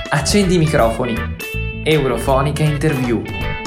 Accendi i microfoni. Eurofonica Interview.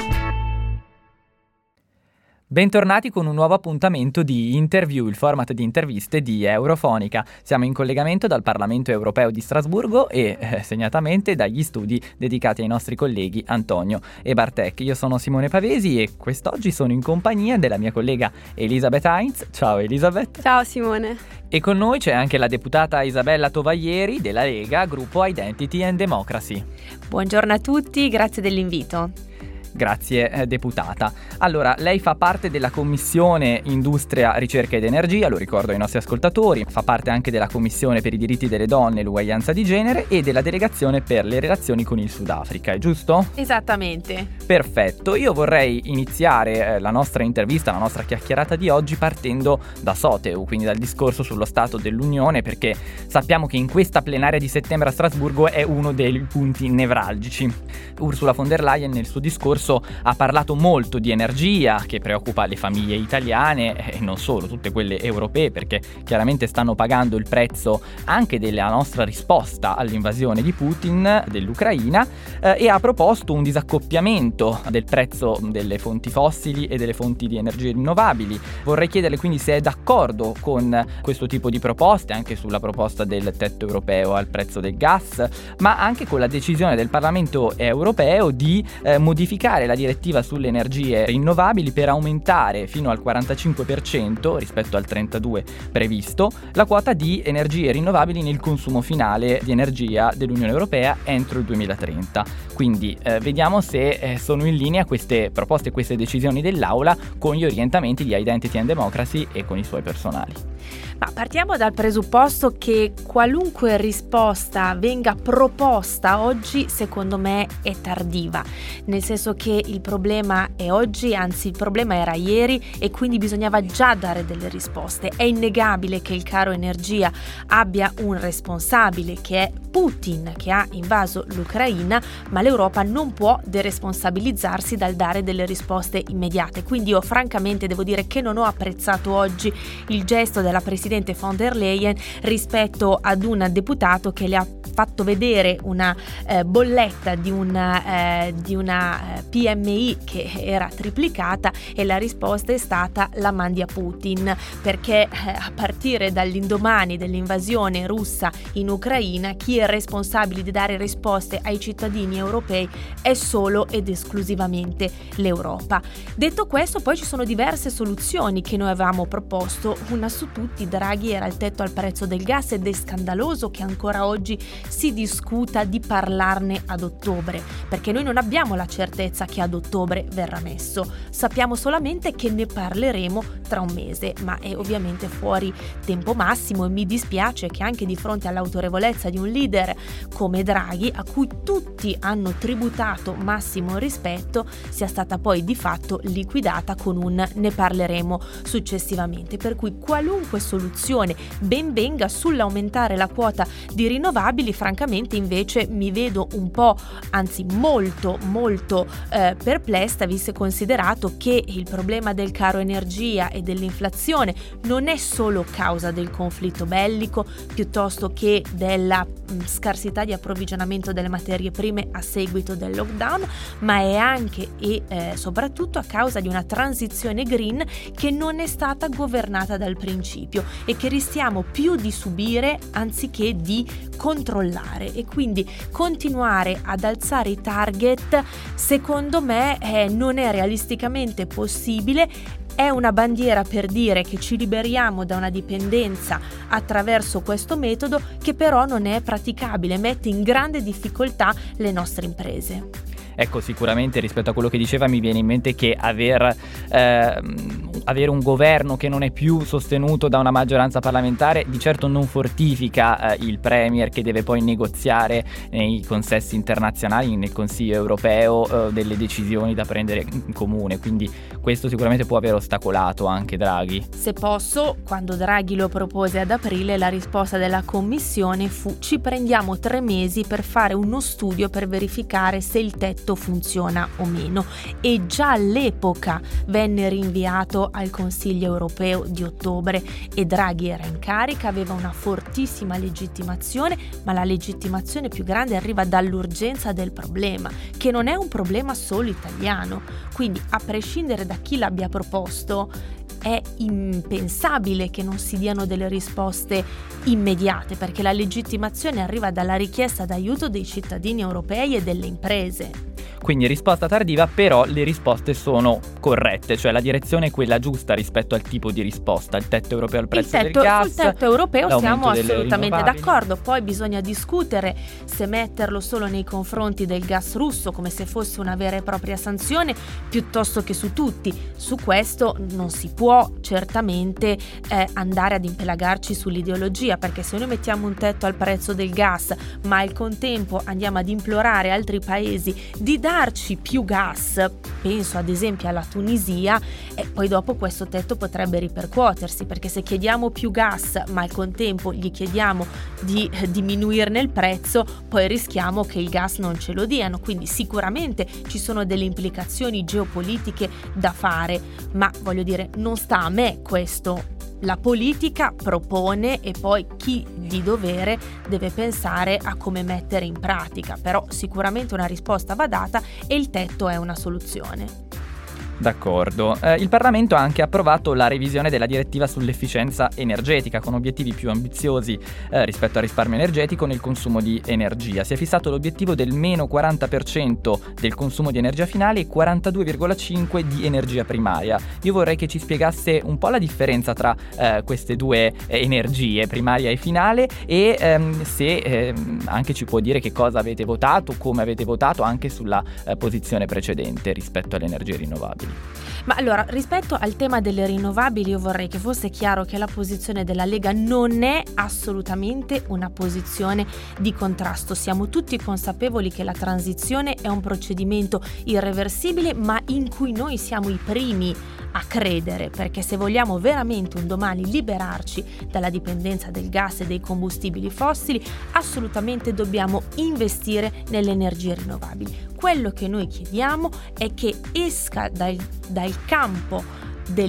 Bentornati con un nuovo appuntamento di Interview, il format di interviste di Eurofonica. Siamo in collegamento dal Parlamento Europeo di Strasburgo e segnatamente dagli studi dedicati ai nostri colleghi Antonio e Bartek. Io sono Simone Pavesi e quest'oggi sono in compagnia della mia collega Elisabeth Heinz. Ciao Elisabeth. Ciao Simone. E con noi c'è anche la deputata Isabella Tovaglieri della Lega, gruppo Identity and Democracy. Buongiorno a tutti, grazie dell'invito. Grazie deputata. Allora, lei fa parte della Commissione Industria, Ricerca ed Energia, lo ricordo ai nostri ascoltatori, fa parte anche della Commissione per i diritti delle donne e l'uguaglianza di genere e della delegazione per le relazioni con il Sudafrica, è giusto? Esattamente. Perfetto, io vorrei iniziare la nostra intervista, la nostra chiacchierata di oggi partendo da Soteu, quindi dal discorso sullo Stato dell'Unione, perché sappiamo che in questa plenaria di settembre a Strasburgo è uno dei punti nevralgici. Ursula von der Leyen nel suo discorso ha parlato molto di energia che preoccupa le famiglie italiane e non solo, tutte quelle europee, perché chiaramente stanno pagando il prezzo anche della nostra risposta all'invasione di Putin dell'Ucraina e ha proposto un disaccoppiamento del prezzo delle fonti fossili e delle fonti di energie rinnovabili. Vorrei chiederle quindi se è d'accordo con questo tipo di proposte, anche sulla proposta del tetto europeo al prezzo del gas, ma anche con la decisione del Parlamento europeo di modificare la direttiva sulle energie rinnovabili per aumentare fino al 45% rispetto al 32% previsto la quota di energie rinnovabili nel consumo finale di energia dell'Unione Europea entro il 2030. Quindi vediamo se sono in linea queste proposte, queste decisioni dell'Aula con gli orientamenti di Identity and Democracy e con i suoi personali. Ma partiamo dal presupposto che qualunque risposta venga proposta oggi, secondo me, è tardiva, nel senso che il problema è oggi, anzi il problema era ieri e quindi bisognava già dare delle risposte. È innegabile che il caro energia abbia un responsabile che è Putin, che ha invaso l'Ucraina, ma l'Europa non può deresponsabilizzarsi dal dare delle risposte immediate. Quindi io francamente devo dire che non ho apprezzato oggi il gesto della Presidente von der Leyen rispetto ad un deputato che le ha fatto vedere una bolletta di una PMI che era triplicata e la risposta è stata la mandi a Putin, perché a partire dall'indomani dell'invasione russa in Ucraina chi è responsabile di dare risposte ai cittadini europei è solo ed esclusivamente l'Europa. Detto questo, poi ci sono diverse soluzioni che noi avevamo proposto. Una su tutti, Draghi, era il tetto al prezzo del gas ed è scandaloso che ancora oggi si discuta di parlarne ad ottobre, perché noi non abbiamo la certezza che ad ottobre verrà messo, sappiamo solamente che ne parleremo tra un mese, ma è ovviamente fuori tempo massimo e mi dispiace che anche di fronte all'autorevolezza di un leader come Draghi, a cui tutti hanno tributato massimo rispetto, sia stata poi di fatto liquidata con un ne parleremo successivamente, per cui qualunque soluzione ben venga sull'aumentare la quota di rinnovabili. Francamente invece mi vedo un po', anzi molto perplessa, visto e considerato che il problema del caro energia e dell'inflazione non è solo causa del conflitto bellico piuttosto che della scarsità di approvvigionamento delle materie prime a seguito del lockdown, ma è anche e soprattutto a causa di una transizione green che non è stata governata dal principio e che rischiamo più di subire anziché di controllare, e quindi continuare ad alzare i target secondo me non è realisticamente possibile. È una bandiera per dire che ci liberiamo da una dipendenza attraverso questo metodo, che però non è praticabile, mette in grande difficoltà le nostre imprese. Ecco, sicuramente rispetto a quello che diceva mi viene in mente che avere un governo che non è più sostenuto da una maggioranza parlamentare di certo non fortifica il premier, che deve poi negoziare nei consessi internazionali, nel Consiglio europeo, delle decisioni da prendere in comune, quindi questo sicuramente può aver ostacolato anche Draghi. Se posso, quando Draghi lo propose ad aprile, la risposta della Commissione fu: ci prendiamo 3 mesi per fare uno studio per verificare se il tetto funziona o meno, e già all'epoca venne rinviato al Consiglio europeo di ottobre e Draghi era in carica, aveva una fortissima legittimazione, ma la legittimazione più grande arriva dall'urgenza del problema, che non è un problema solo italiano. Quindi, a prescindere da chi l'abbia proposto, è impensabile che non si diano delle risposte immediate, perché la legittimazione arriva dalla richiesta d'aiuto dei cittadini europei e delle imprese. Quindi risposta tardiva, però le risposte sono corrette, cioè la direzione è quella giusta rispetto al tipo di risposta, il tetto europeo al prezzo del gas. Sul tetto europeo siamo assolutamente rinnovabili. d'accordo, poi bisogna discutere se metterlo solo nei confronti del gas russo come se fosse una vera e propria sanzione piuttosto che su tutti. Su questo non si può certamente andare ad impelagarci sull'ideologia, perché se noi mettiamo un tetto al prezzo del gas ma al contempo andiamo ad implorare altri paesi di darci più gas, penso ad esempio alla Tunisia, e poi dopo questo tetto potrebbe ripercuotersi, perché se chiediamo più gas ma al contempo gli chiediamo di diminuirne il prezzo, poi rischiamo che il gas non ce lo diano. Quindi sicuramente ci sono delle implicazioni geopolitiche da fare, ma voglio dire, non sta a me questo. La politica propone e poi chi di dovere deve pensare a come mettere in pratica, però sicuramente una risposta va data e il tetto è una soluzione. D'accordo. Il Parlamento ha anche approvato la revisione della direttiva sull'efficienza energetica con obiettivi più ambiziosi rispetto al risparmio energetico nel consumo di energia. Si è fissato l'obiettivo del meno 40% del consumo di energia finale e 42,5% di energia primaria. Io vorrei che ci spiegasse un po' la differenza tra queste due energie, primaria e finale, e se anche ci può dire che cosa avete votato, come avete votato anche sulla posizione precedente rispetto alle energie rinnovabili. Ma allora, rispetto al tema delle rinnovabili, io vorrei che fosse chiaro che la posizione della Lega non è assolutamente una posizione di contrasto. Siamo tutti consapevoli che la transizione è un procedimento irreversibile, ma in cui noi siamo i primi a credere, perché se vogliamo veramente un domani liberarci dalla dipendenza del gas e dei combustibili fossili, assolutamente dobbiamo investire nelle energie rinnovabili. Quello che noi chiediamo è che si esca dal campo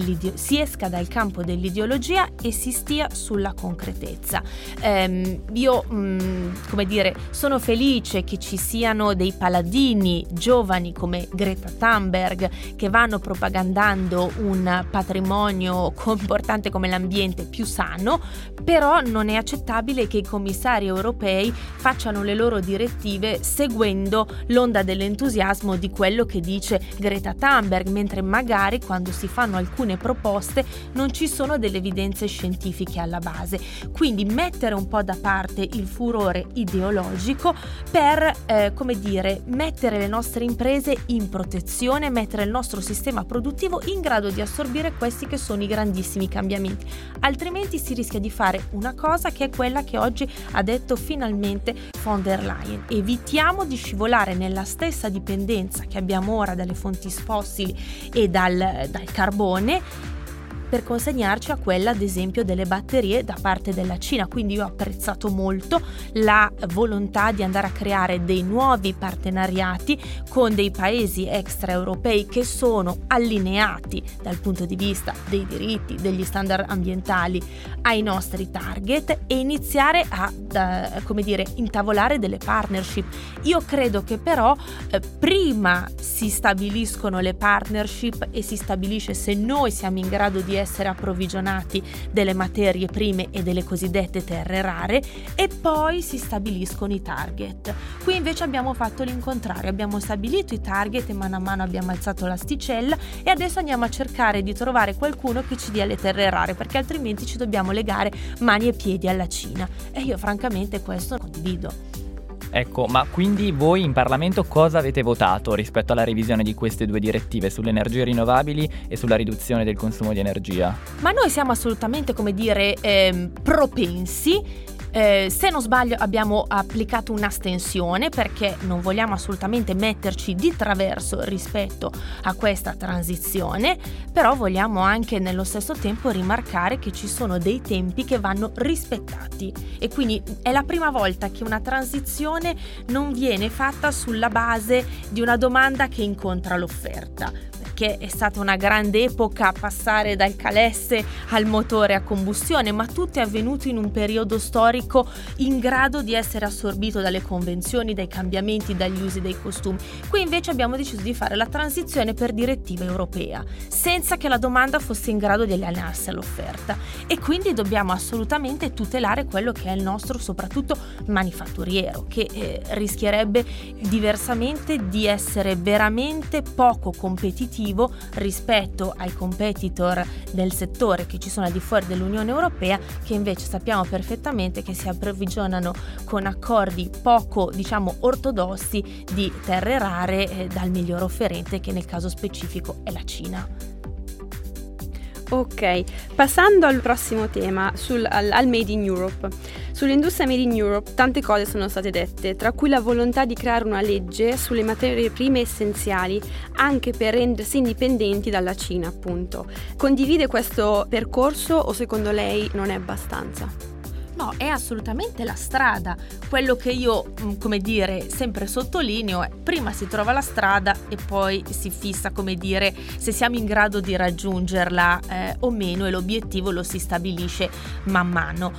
dell'ideologia e si stia sulla concretezza. Io sono felice che ci siano dei paladini giovani come Greta Thunberg che vanno propagandando un patrimonio importante come l'ambiente più sano, però non è accettabile che i commissari europei facciano le loro direttive seguendo l'onda dell'entusiasmo di quello che dice Greta Thunberg, mentre magari quando si fanno alcune proposte non ci sono delle evidenze scientifiche alla base. Quindi mettere un po' da parte il furore ideologico per mettere le nostre imprese in protezione, mettere il nostro sistema produttivo in grado di assorbire questi che sono i grandissimi cambiamenti. Altrimenti si rischia di fare una cosa che è quella che oggi ha detto finalmente von der Leyen: evitiamo di scivolare nella stessa dipendenza che abbiamo ora dalle fonti fossili e dal carbone, per consegnarci a quella, ad esempio, delle batterie da parte della Cina. Quindi io ho apprezzato molto la volontà di andare a creare dei nuovi partenariati con dei paesi extraeuropei che sono allineati dal punto di vista dei diritti, degli standard ambientali ai nostri target, e iniziare a intavolare delle partnership. Io credo che però prima si stabiliscono le partnership e si stabilisce se noi siamo in grado di essere approvvigionati delle materie prime e delle cosiddette terre rare, e poi si stabiliscono i target. Qui invece abbiamo fatto l'incontrario, abbiamo stabilito i target e mano a mano abbiamo alzato l'asticella, e adesso andiamo a cercare di trovare qualcuno che ci dia le terre rare, perché altrimenti ci dobbiamo legare mani e piedi alla Cina, e io francamente questo non condivido. Ecco, ma quindi voi in Parlamento cosa avete votato rispetto alla revisione di queste due direttive sulle energie rinnovabili e sulla riduzione del consumo di energia? Ma noi siamo assolutamente, propensi. Se non sbaglio abbiamo applicato un'astensione perché non vogliamo assolutamente metterci di traverso rispetto a questa transizione, però vogliamo anche nello stesso tempo rimarcare che ci sono dei tempi che vanno rispettati, e quindi è la prima volta che una transizione non viene fatta sulla base di una domanda che incontra l'offerta, perché perché è stata una grande epoca passare dal calesse al motore a combustione, ma tutto è avvenuto in un periodo storico in grado di essere assorbito dalle convenzioni, dai cambiamenti, dagli usi, dai costumi. Qui invece abbiamo deciso di fare la transizione per direttiva europea, senza che la domanda fosse in grado di allinearsi all'offerta, e quindi dobbiamo assolutamente tutelare quello che è il nostro soprattutto manifatturiero, che rischierebbe diversamente di essere veramente poco competitivo rispetto ai competitor del settore che ci sono al di fuori dell'Unione Europea, che invece sappiamo perfettamente che si approvvigionano con accordi poco, diciamo, ortodossi di terre rare dal miglior offerente, che nel caso specifico è la Cina. Ok, passando al prossimo tema, al Made in Europe. Sull'industria Made in Europe tante cose sono state dette, tra cui la volontà di creare una legge sulle materie prime essenziali, anche per rendersi indipendenti dalla Cina, appunto. Condivide questo percorso o secondo lei non è abbastanza? No, è assolutamente la strada. Quello che io, come dire, sempre sottolineo è: prima si trova la strada e poi si fissa, come dire, se siamo in grado di raggiungerla o meno, e l'obiettivo lo si stabilisce man mano.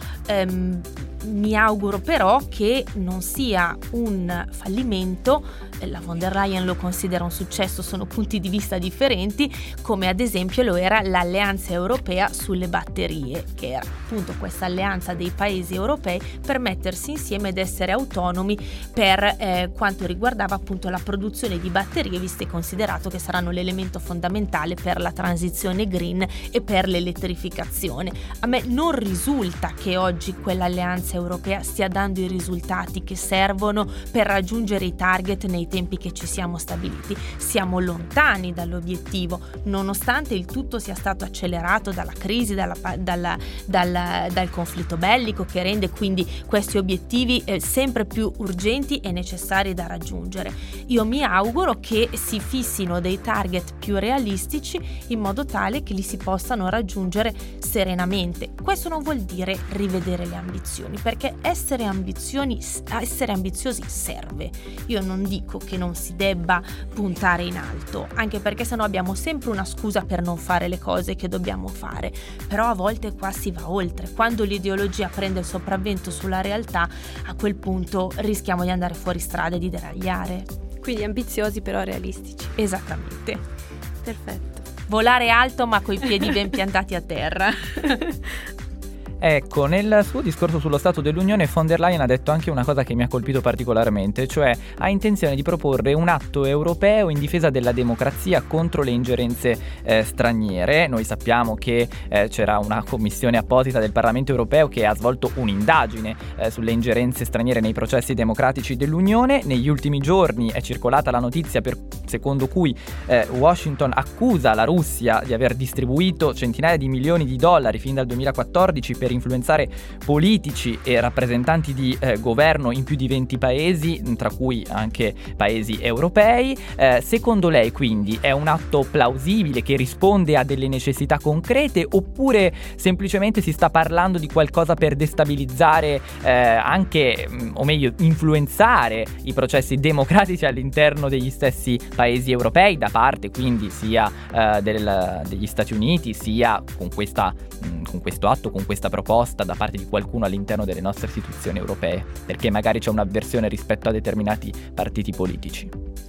Mi auguro però che non sia un fallimento. La von der Leyen lo considera un successo, sono punti di vista differenti, come ad esempio lo era l'Alleanza Europea sulle batterie, che era appunto questa alleanza dei paesi europei per mettersi insieme ed essere autonomi per quanto riguardava appunto la produzione di batterie, visto e considerato che saranno l'elemento fondamentale per la transizione green e per l'elettrificazione. A me non risulta che oggi quell'alleanza europea stia dando i risultati che servono per raggiungere i target nei tempi che ci siamo stabiliti. Siamo lontani dall'obiettivo, nonostante il tutto sia stato accelerato dalla crisi, dal conflitto bellico, che rende quindi questi obiettivi sempre più urgenti e necessari da raggiungere. Io mi auguro che si fissino dei target più realistici, in modo tale che li si possano raggiungere serenamente. Questo non vuol dire rivedere le ambizioni, perché essere ambiziosi serve. Io non dico che non si debba puntare in alto, anche perché sennò abbiamo sempre una scusa per non fare le cose che dobbiamo fare, però a volte qua si va oltre. Quando l'ideologia prende il sopravvento sulla realtà, a quel punto rischiamo di andare fuori strada e di deragliare. Quindi ambiziosi però realistici. Esattamente. Perfetto. Volare alto ma coi piedi ben piantati a terra. Ecco, nel suo discorso sullo Stato dell'Unione von der Leyen ha detto anche una cosa che mi ha colpito particolarmente, cioè ha intenzione di proporre un atto europeo in difesa della democrazia contro le ingerenze straniere. Noi sappiamo che c'era una commissione apposita del Parlamento europeo che ha svolto un'indagine sulle ingerenze straniere nei processi democratici dell'Unione. Negli ultimi giorni è circolata la notizia secondo cui Washington accusa la Russia di aver distribuito centinaia di milioni di dollari fin dal 2014 per influenzare politici e rappresentanti di governo in più di 20 paesi, tra cui anche paesi europei. Secondo lei quindi è un atto plausibile che risponde a delle necessità concrete, oppure semplicemente si sta parlando di qualcosa per destabilizzare anche, o meglio influenzare i processi democratici all'interno degli stessi paesi europei, da parte quindi sia degli Stati Uniti, sia con questo atto, con questa proposta da parte di qualcuno all'interno delle nostre istituzioni europee, perché magari c'è un'avversione rispetto a determinati partiti politici?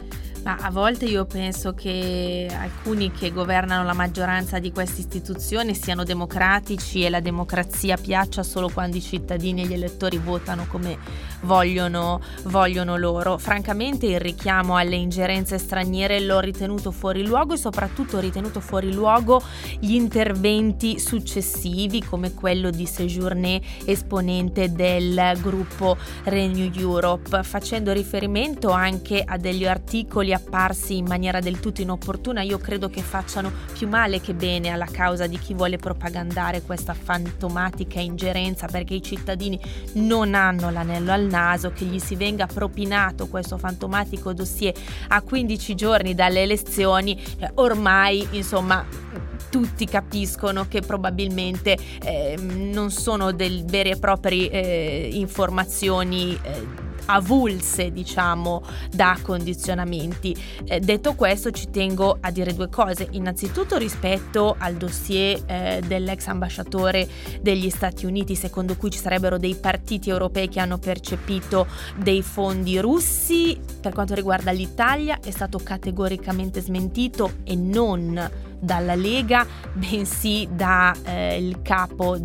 Ma a volte io penso che alcuni che governano la maggioranza di queste istituzioni siano democratici e la democrazia piaccia solo quando i cittadini e gli elettori votano come vogliono loro. Francamente il richiamo alle ingerenze straniere l'ho ritenuto fuori luogo, e soprattutto ho ritenuto fuori luogo gli interventi successivi, come quello di Séjourné, esponente del gruppo Renew Europe, facendo riferimento anche a degli articoli apparsi in maniera del tutto inopportuna. Io credo che facciano più male che bene alla causa di chi vuole propagandare questa fantomatica ingerenza, perché i cittadini non hanno l'anello al naso. Che gli si venga propinato questo fantomatico dossier a 15 giorni dalle elezioni, ormai insomma tutti capiscono che probabilmente non sono delle vere e proprie informazioni avulse, diciamo, da condizionamenti. Detto questo, ci tengo a dire due cose. Innanzitutto, rispetto al dossier dell'ex ambasciatore degli Stati Uniti, secondo cui ci sarebbero dei partiti europei che hanno percepito dei fondi russi, per quanto riguarda l'Italia è stato categoricamente smentito, e non dalla Lega, bensì da il capo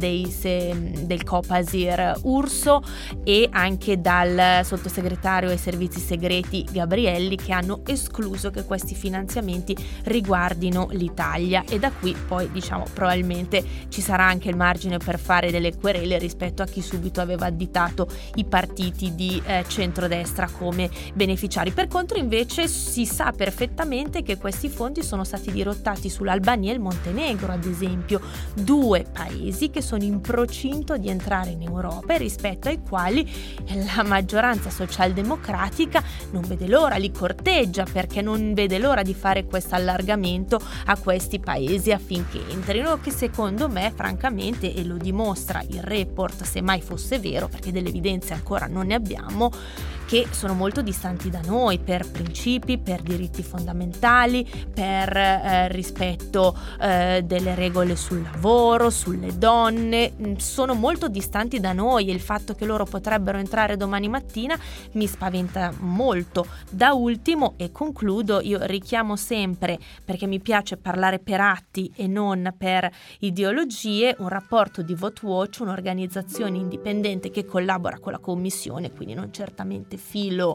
del Copasir Urso e anche dal sottosegretario ai servizi segreti Gabrielli, che hanno escluso che questi finanziamenti riguardino l'Italia, e da qui poi, diciamo, probabilmente ci sarà anche il margine per fare delle querele rispetto a chi subito aveva additato i partiti di centrodestra come beneficiari. Per contro, invece, si sa perfettamente che questi fondi sono stati dirottati sull'Albania e il Montenegro, ad esempio, due paesi che sono in procinto di entrare in Europa e rispetto ai quali la maggioranza socialdemocratica non vede l'ora, li corteggia, perché non vede l'ora di fare questo allargamento a questi paesi affinché entrino, che secondo me, francamente, e lo dimostra il report, se mai fosse vero, perché delle evidenze ancora non ne abbiamo, che sono molto distanti da noi per principi, per diritti fondamentali, per rispetto delle regole sul lavoro, sulle donne. Sono molto distanti da noi, e il fatto che loro potrebbero entrare domani mattina mi spaventa molto. Da ultimo, e concludo, io richiamo sempre, perché mi piace parlare per atti e non per ideologie, un rapporto di VoteWatch, un'organizzazione indipendente che collabora con la Commissione, quindi non certamente filo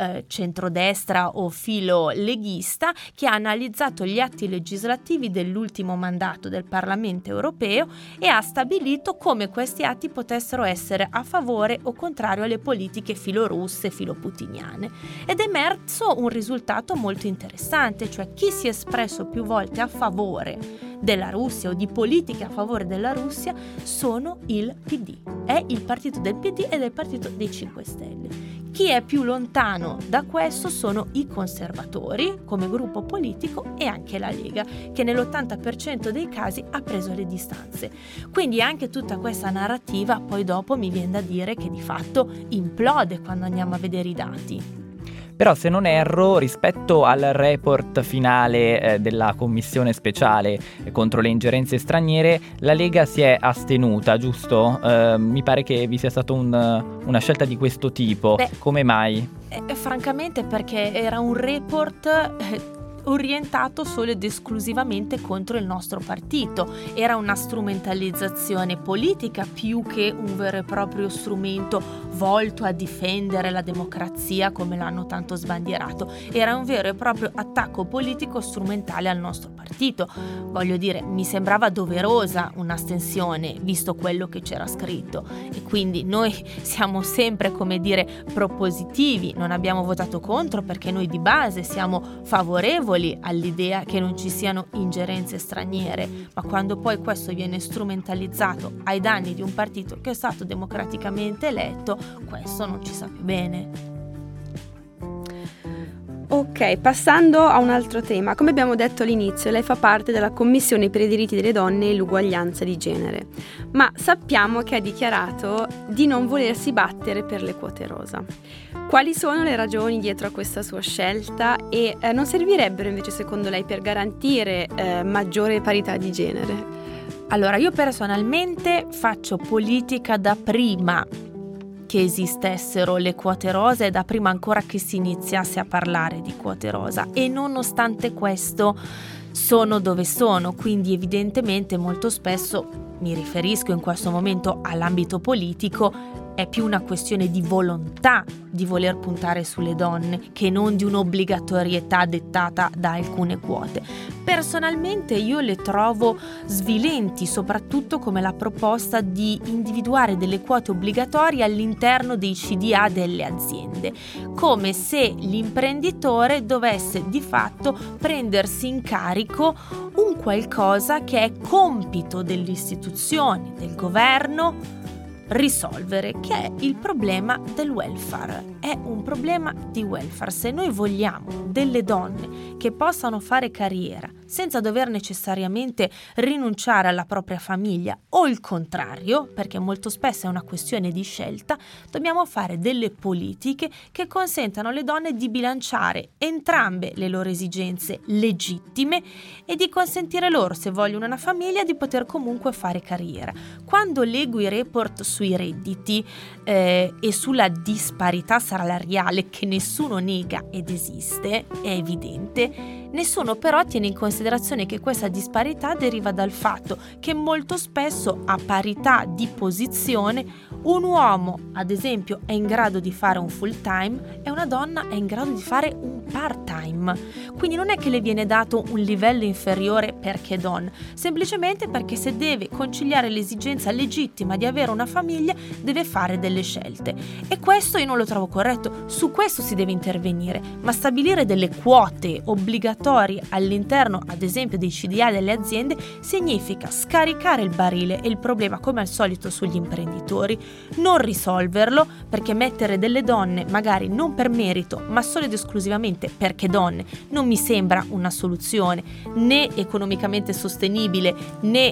centrodestra o filo leghista, che ha analizzato gli atti legislativi dell'ultimo mandato del Parlamento europeo e ha stabilito come questi atti potessero essere a favore o contrario alle politiche filorusse, filoputiniane, ed è emerso un risultato molto interessante, cioè chi si è espresso più volte a favore della Russia o di politiche a favore della Russia sono il PD, è il partito del PD ed è il partito dei 5 Stelle. Chi è più lontano da questo sono i conservatori come gruppo politico e anche la Lega, che nell'80% dei casi ha preso le distanze. Quindi anche tutta questa narrativa poi dopo mi viene da dire che di fatto implode quando andiamo a vedere i dati. Però, se non erro, rispetto al report finale della commissione speciale contro le ingerenze straniere, la Lega si è astenuta, giusto? Mi pare che vi sia stata una scelta di questo tipo. Come mai? Francamente perché era un report orientato solo ed esclusivamente contro il nostro partito. Era una strumentalizzazione politica più che un vero e proprio strumento volto a difendere la democrazia come l'hanno tanto sbandierato. Era un vero e proprio attacco politico strumentale al nostro partito. Voglio dire, mi sembrava doverosa un'astensione visto quello che c'era scritto, e quindi noi siamo sempre, come dire, propositivi, non abbiamo votato contro perché noi di base siamo favorevoli all'idea che non ci siano ingerenze straniere, ma quando poi questo viene strumentalizzato ai danni di un partito che è stato democraticamente eletto, questo non ci sa più bene. Ok, passando a un altro tema. Come abbiamo detto all'inizio, lei fa parte della Commissione per i diritti delle donne e l'uguaglianza di genere, ma sappiamo che ha dichiarato di non volersi battere per le quote rosa. Quali sono le ragioni dietro a questa sua scelta e non servirebbero invece secondo lei per garantire maggiore parità di genere? Allora, io personalmente faccio politica da prima che esistessero le quote rosa e da prima ancora che si iniziasse a parlare di quote rosa, e nonostante questo sono dove sono, quindi evidentemente molto spesso, mi riferisco in questo momento all'ambito politico, è più una questione di volontà di voler puntare sulle donne che non di un'obbligatorietà dettata da alcune quote. Personalmente io le trovo svilenti, soprattutto come la proposta di individuare delle quote obbligatorie all'interno dei CDA delle aziende, come se l'imprenditore dovesse di fatto prendersi in carico un qualcosa che è compito delle istituzioni, del governo, risolvere, che è il problema del welfare. È un problema di welfare. Se noi vogliamo delle donne che possano fare carriera senza dover necessariamente rinunciare alla propria famiglia o il contrario, perché molto spesso è una questione di scelta, dobbiamo fare delle politiche che consentano alle donne di bilanciare entrambe le loro esigenze legittime e di consentire loro, se vogliono una famiglia, di poter comunque fare carriera. Quando leggo i report sui redditi e sulla disparità salariale, che nessuno nega ed esiste, è evidente, nessuno però tiene in considerazione che questa disparità deriva dal fatto che molto spesso, a parità di posizione, un uomo ad esempio è in grado di fare un full time e una donna è in grado di fare un part time. Quindi non è che le viene dato un livello inferiore perché donna, semplicemente perché se deve conciliare l'esigenza legittima di avere una famiglia deve fare delle scelte, e questo io non lo trovo corretto. Su questo si deve intervenire, ma stabilire delle quote obbligatorie all'interno ad esempio dei CDA delle aziende significa scaricare il barile e il problema come al solito sugli imprenditori, non risolverlo, perché mettere delle donne magari non per merito ma solo ed esclusivamente perché donne non mi sembra una soluzione né economicamente sostenibile né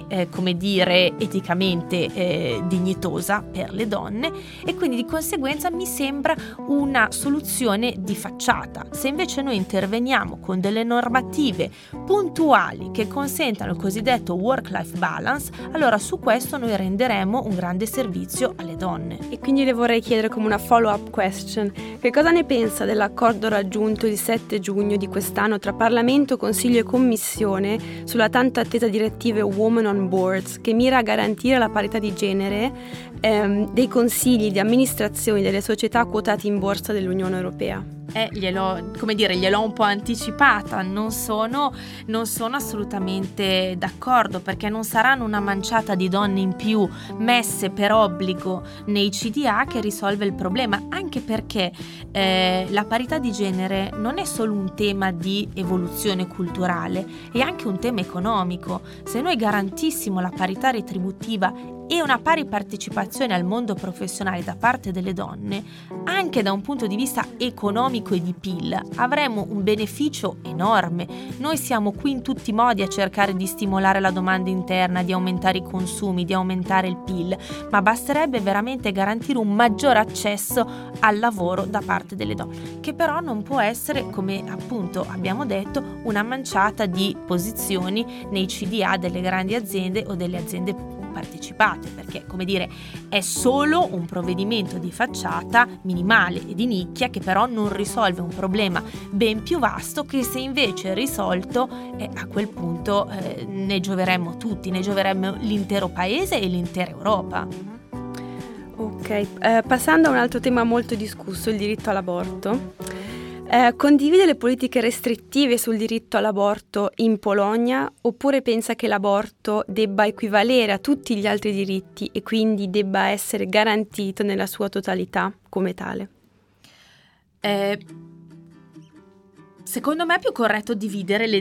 eticamente dignitosa per le donne, e quindi di conseguenza mi sembra una soluzione di facciata. Se invece noi interveniamo con delle normative puntuali che consentano il cosiddetto work-life balance, allora su questo noi renderemo un grande servizio alle donne. E quindi le vorrei chiedere come una follow-up question: che cosa ne pensa dell'accordo raggiunto il 7 giugno di quest'anno tra Parlamento, Consiglio e Commissione sulla tanto attesa direttiva Women on Boards, che mira a garantire la parità di genere dei consigli di amministrazione delle società quotate in borsa dell'Unione Europea? Gliel'ho un po' anticipata, non sono assolutamente d'accordo, perché non saranno una manciata di donne in più messe per obbligo nei CDA che risolve il problema, anche perché la parità di genere non è solo un tema di evoluzione culturale, è anche un tema economico. Se noi garantissimo la parità retributiva e una pari partecipazione al mondo professionale da parte delle donne, anche da un punto di vista economico e di PIL, avremo un beneficio enorme. Noi siamo qui in tutti i modi a cercare di stimolare la domanda interna, di aumentare i consumi, di aumentare il PIL, ma basterebbe veramente garantire un maggior accesso al lavoro da parte delle donne, che però non può essere, come appunto abbiamo detto, una manciata di posizioni nei CDA delle grandi aziende o delle aziende partecipate, perché è solo un provvedimento di facciata minimale e di nicchia, che però non risolve un problema ben più vasto, che se invece è risolto a quel punto ne gioveremmo tutti, ne gioveremmo l'intero paese e l'intera Europa. Ok, passando a un altro tema molto discusso, il diritto all'aborto. Condivide le politiche restrittive sul diritto all'aborto in Polonia, oppure pensa che l'aborto debba equivalere a tutti gli altri diritti e quindi debba essere garantito nella sua totalità come tale? Secondo me è più corretto dividere le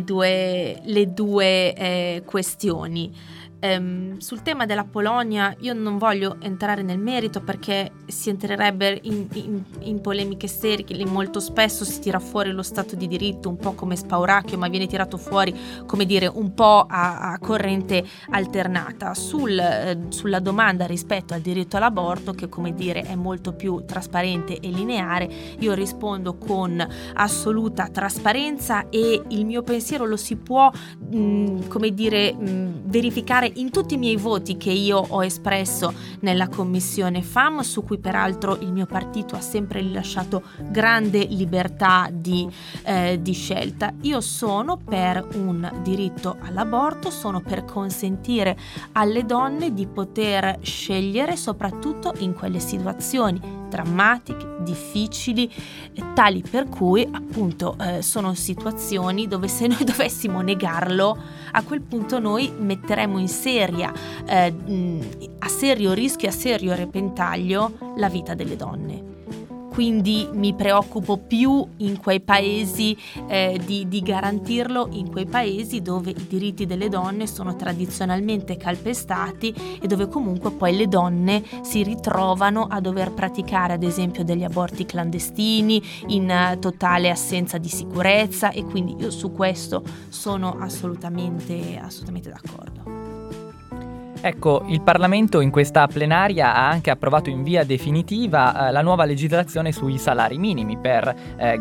due questioni. Sul tema della Polonia io non voglio entrare nel merito, perché si entrerebbe in polemiche sterili. Molto spesso si tira fuori lo Stato di diritto un po' come spauracchio, ma viene tirato fuori un po' a corrente alternata. Sulla domanda rispetto al diritto all'aborto, che è molto più trasparente e lineare, io rispondo con assoluta trasparenza, e il mio pensiero lo si può verificare in tutti i miei voti che io ho espresso nella commissione FAM, su cui peraltro il mio partito ha sempre rilasciato grande libertà di scelta. Io sono per un diritto all'aborto, sono per consentire alle donne di poter scegliere, soprattutto in quelle situazioni drammatiche, difficili, tali per cui appunto sono situazioni dove, se noi dovessimo negarlo, a quel punto noi metteremo a serio rischio, a serio repentaglio la vita delle donne. quindi mi preoccupo più in quei paesi di garantirlo in quei paesi dove i diritti delle donne sono tradizionalmente calpestati e dove comunque poi le donne si ritrovano a dover praticare ad esempio degli aborti clandestini in totale assenza di sicurezza, e quindi io su questo sono assolutamente d'accordo. Ecco, il Parlamento in questa plenaria ha anche approvato in via definitiva la nuova legislazione sui salari minimi per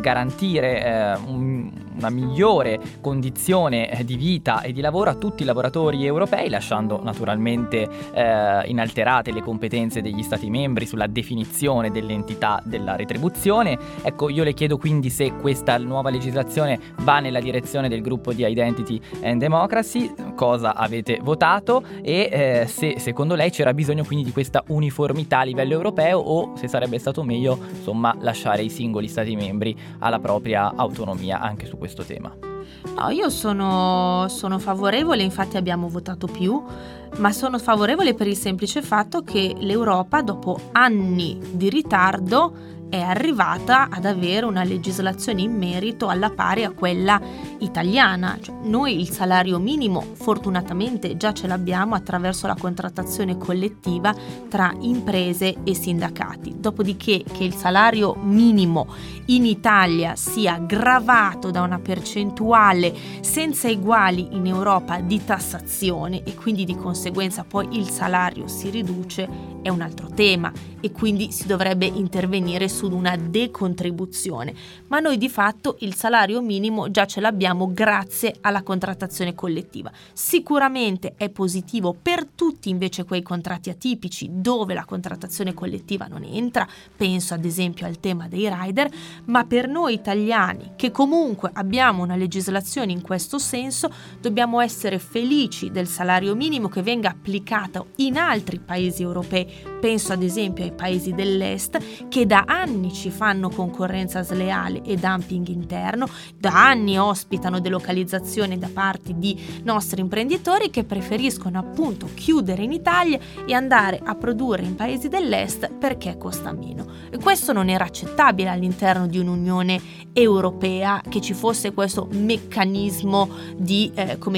garantire una migliore condizione di vita e di lavoro a tutti i lavoratori europei, lasciando naturalmente inalterate le competenze degli Stati membri sulla definizione dell'entità della retribuzione. Ecco, io le chiedo quindi se questa nuova legislazione va nella direzione del gruppo di Identity and Democracy, cosa avete votato, e se secondo lei c'era bisogno quindi di questa uniformità a livello europeo, o se sarebbe stato meglio insomma lasciare i singoli Stati membri alla propria autonomia anche su questo tema. No, io sono favorevole, infatti abbiamo votato più, ma sono favorevole per il semplice fatto che l'Europa dopo anni di ritardo è arrivata ad avere una legislazione in merito alla pari a quella italiana. Cioè, noi il salario minimo fortunatamente già ce l'abbiamo attraverso la contrattazione collettiva tra imprese e sindacati. Dopodiché che il salario minimo in Italia sia gravato da una percentuale senza eguali in Europa di tassazione e quindi di conseguenza poi il salario si riduce è un altro tema, e quindi si dovrebbe intervenire su una decontribuzione, ma noi di fatto il salario minimo già ce l'abbiamo grazie alla contrattazione collettiva. Sicuramente è positivo per tutti invece quei contratti atipici dove la contrattazione collettiva non entra, penso ad esempio al tema dei rider, ma per noi italiani che comunque abbiamo una legislazione in questo senso dobbiamo essere felici del salario minimo che venga applicato in altri paesi europei. Penso ad esempio ai paesi dell'est che da anni ci fanno concorrenza sleale e dumping interno, da anni ospitano delocalizzazione da parte di nostri imprenditori che preferiscono appunto chiudere in Italia e andare a produrre in paesi dell'est perché costa meno. E questo non era accettabile all'interno di un'Unione Europea, che ci fosse questo meccanismo di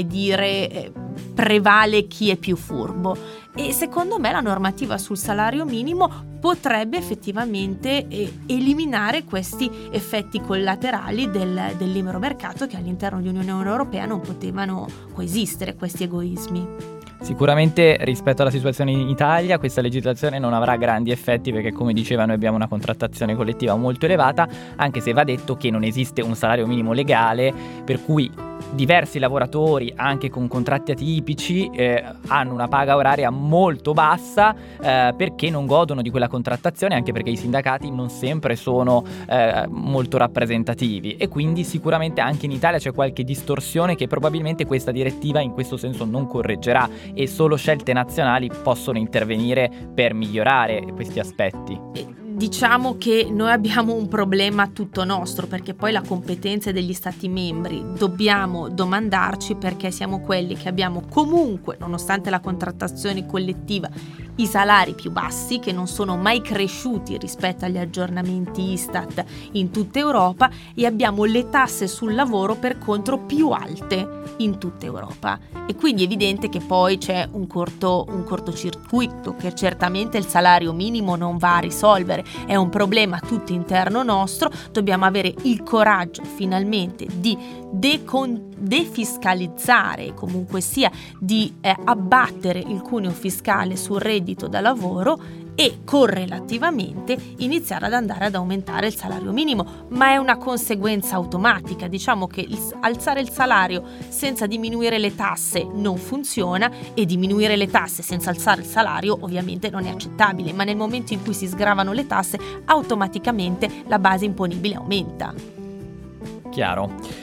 prevale chi è più furbo. E secondo me la normativa sul salario minimo potrebbe effettivamente eliminare questi effetti collaterali del libero mercato, che all'interno di un'Unione Europea non potevano coesistere, questi egoismi. Sicuramente rispetto alla situazione in Italia questa legislazione non avrà grandi effetti perché, come diceva, noi abbiamo una contrattazione collettiva molto elevata, anche se va detto che non esiste un salario minimo legale, per cui diversi lavoratori anche con contratti atipici hanno una paga oraria molto bassa perché non godono di quella contrattazione, anche perché i sindacati non sempre sono molto rappresentativi, e quindi sicuramente anche in Italia c'è qualche distorsione che probabilmente questa direttiva in questo senso non correggerà, e solo scelte nazionali possono intervenire per migliorare questi aspetti. Diciamo che noi abbiamo un problema tutto nostro, perché poi la competenza è degli Stati membri. Dobbiamo domandarci perché siamo quelli che abbiamo comunque, nonostante la contrattazione collettiva, i salari più bassi, che non sono mai cresciuti rispetto agli aggiornamenti Istat in tutta Europa, e abbiamo le tasse sul lavoro per contro più alte in tutta Europa. E quindi è evidente che poi c'è un cortocircuito che certamente il salario minimo non va a risolvere. È un problema tutto interno nostro. Dobbiamo avere il coraggio finalmente di defiscalizzare, comunque sia di abbattere il cuneo fiscale sul reddito da lavoro e correlativamente iniziare ad andare ad aumentare il salario minimo, ma è una conseguenza automatica. Diciamo che alzare il salario senza diminuire le tasse non funziona, e diminuire le tasse senza alzare il salario ovviamente non è accettabile, ma nel momento in cui si sgravano le tasse automaticamente la base imponibile aumenta. Chiaro.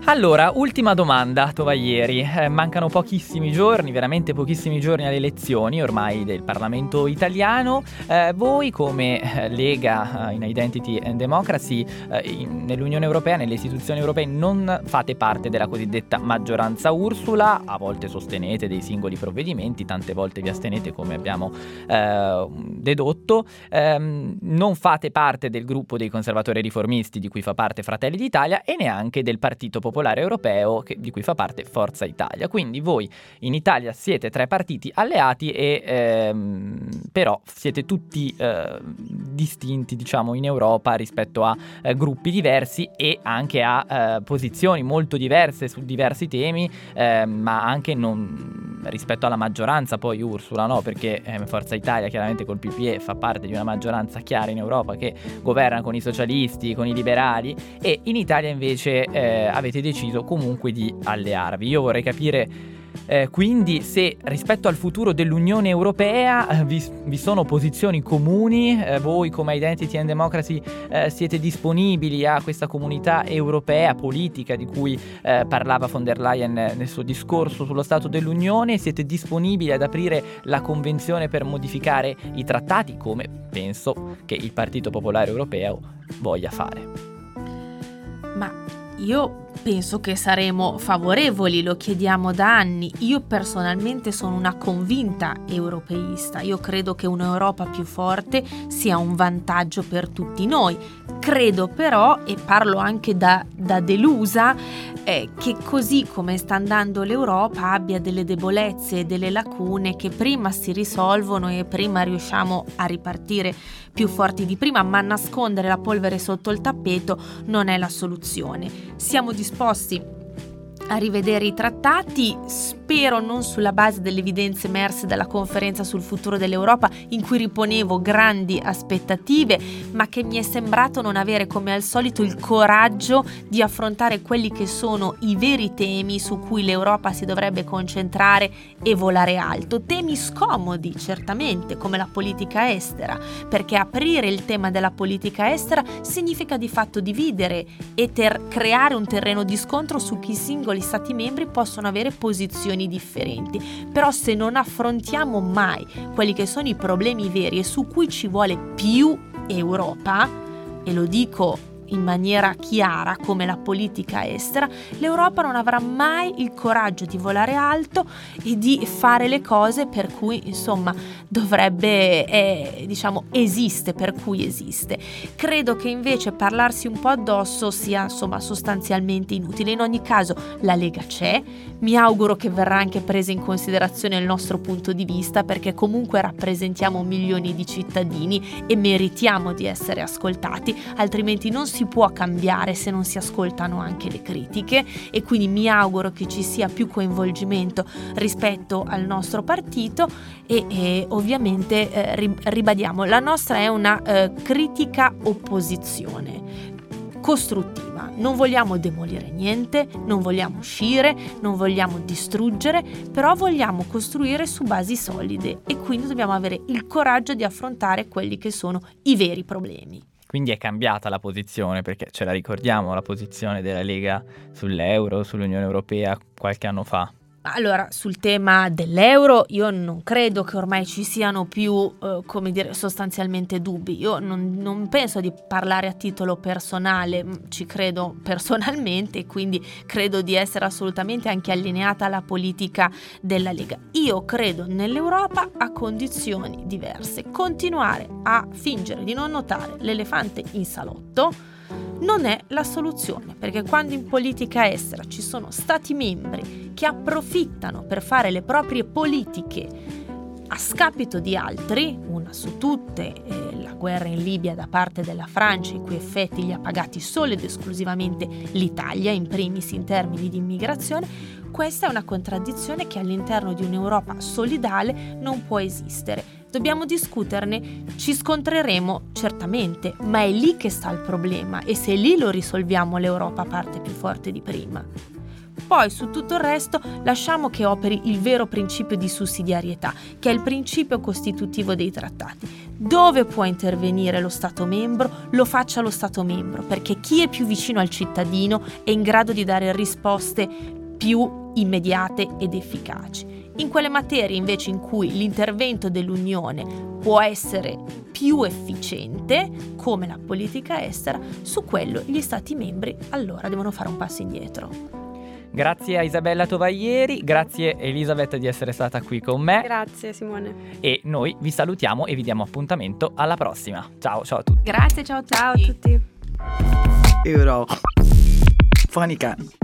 Allora, ultima domanda, Tovaglieri. Mancano pochissimi giorni, veramente pochissimi giorni alle elezioni ormai del Parlamento italiano. Voi come Lega in Identity and Democracy nell'Unione Europea, nelle istituzioni europee, non fate parte della cosiddetta maggioranza Ursula. A volte sostenete dei singoli provvedimenti, tante volte vi astenete, come abbiamo dedotto. Non fate parte del gruppo dei conservatori riformisti di cui fa parte Fratelli d'Italia e neanche del Partito Popolare Europeo di cui fa parte Forza Italia. Quindi voi in Italia siete 3 partiti alleati e però siete tutti distinti, diciamo, in Europa rispetto a gruppi diversi e anche a posizioni molto diverse su diversi temi, ma anche non rispetto alla maggioranza poi Ursula, no? Perché Forza Italia chiaramente col PPE fa parte di una maggioranza chiara in Europa che governa con i socialisti, con i liberali, e in Italia invece avete deciso comunque di allearvi. Io vorrei capire quindi se rispetto al futuro dell'Unione Europea vi sono posizioni comuni, voi come Identity and Democracy siete disponibili a questa comunità europea politica di cui parlava von der Leyen nel suo discorso sullo Stato dell'Unione, siete disponibili ad aprire la convenzione per modificare i trattati, come penso che il Partito Popolare Europeo voglia fare? Ma io penso che saremo favorevoli, lo chiediamo da anni. Io personalmente sono una convinta europeista. Io credo che un'Europa più forte sia un vantaggio per tutti noi. Credo però, e parlo anche da delusa, che così come sta andando l'Europa abbia delle debolezze e delle lacune che prima si risolvono e prima riusciamo a ripartire più forti di prima, ma nascondere la polvere sotto il tappeto non è la soluzione. Siamo disposti a rivedere i trattati, spero non sulla base delle evidenze emerse dalla conferenza sul futuro dell'Europa, in cui riponevo grandi aspettative, ma che mi è sembrato non avere, come al solito, il coraggio di affrontare quelli che sono i veri temi su cui l'Europa si dovrebbe concentrare e volare alto. Temi scomodi, certamente, come la politica estera, perché aprire il tema della politica estera significa di fatto dividere e creare un terreno di scontro su chi singoli stati membri possono avere posizioni differenti. Però se non affrontiamo mai quelli che sono i problemi veri e su cui ci vuole più Europa, e lo dico in maniera chiara come la politica estera, l'Europa non avrà mai il coraggio di volare alto e di fare le cose per cui, insomma, dovrebbe, esiste, per cui esiste. Credo che invece parlarsi un po' addosso sia, insomma, sostanzialmente inutile. In ogni caso la Lega c'è, mi auguro che verrà anche presa in considerazione il nostro punto di vista, perché comunque rappresentiamo milioni di cittadini e meritiamo di essere ascoltati, altrimenti non si può cambiare se non si ascoltano anche le critiche, e quindi mi auguro che ci sia più coinvolgimento rispetto al nostro partito e ovviamente ribadiamo, la nostra è una critica opposizione costruttiva. Non vogliamo demolire niente, non vogliamo uscire, non vogliamo distruggere, però vogliamo costruire su basi solide e quindi dobbiamo avere il coraggio di affrontare quelli che sono i veri problemi. Quindi è cambiata la posizione, perché ce la ricordiamo la posizione della Lega sull'euro, sull'Unione Europea qualche anno fa? Allora, sul tema dell'euro io non credo che ormai ci siano più, sostanzialmente dubbi. Io non penso di parlare a titolo personale, ci credo personalmente e quindi credo di essere assolutamente anche allineata alla politica della Lega. Io credo nell'Europa a condizioni diverse. Continuare a fingere di non notare l'elefante in salotto non è la soluzione, perché quando in politica estera ci sono stati membri che approfittano per fare le proprie politiche a scapito di altri, una su tutte la guerra in Libia da parte della Francia, i cui effetti li ha pagati solo ed esclusivamente l'Italia, in primis in termini di immigrazione, questa è una contraddizione che all'interno di un'Europa solidale non può esistere. Dobbiamo discuterne, ci scontreremo certamente, ma è lì che sta il problema e se lì lo risolviamo l'Europa parte più forte di prima. Poi su tutto il resto lasciamo che operi il vero principio di sussidiarietà, che è il principio costitutivo dei trattati. dove può intervenire lo Stato membro, lo faccia lo Stato membro, perché chi è più vicino al cittadino è in grado di dare risposte più immediate ed efficaci. In quelle materie invece in cui l'intervento dell'Unione può essere più efficiente, come la politica estera, su quello gli Stati membri allora devono fare un passo indietro. Grazie a Isabella Tovaglieri, grazie Elisabeth di essere stata qui con me. Grazie Simone. E noi vi salutiamo e vi diamo appuntamento alla prossima. Ciao a tutti. Grazie, ciao a Ciao a tutti. Eurofonica.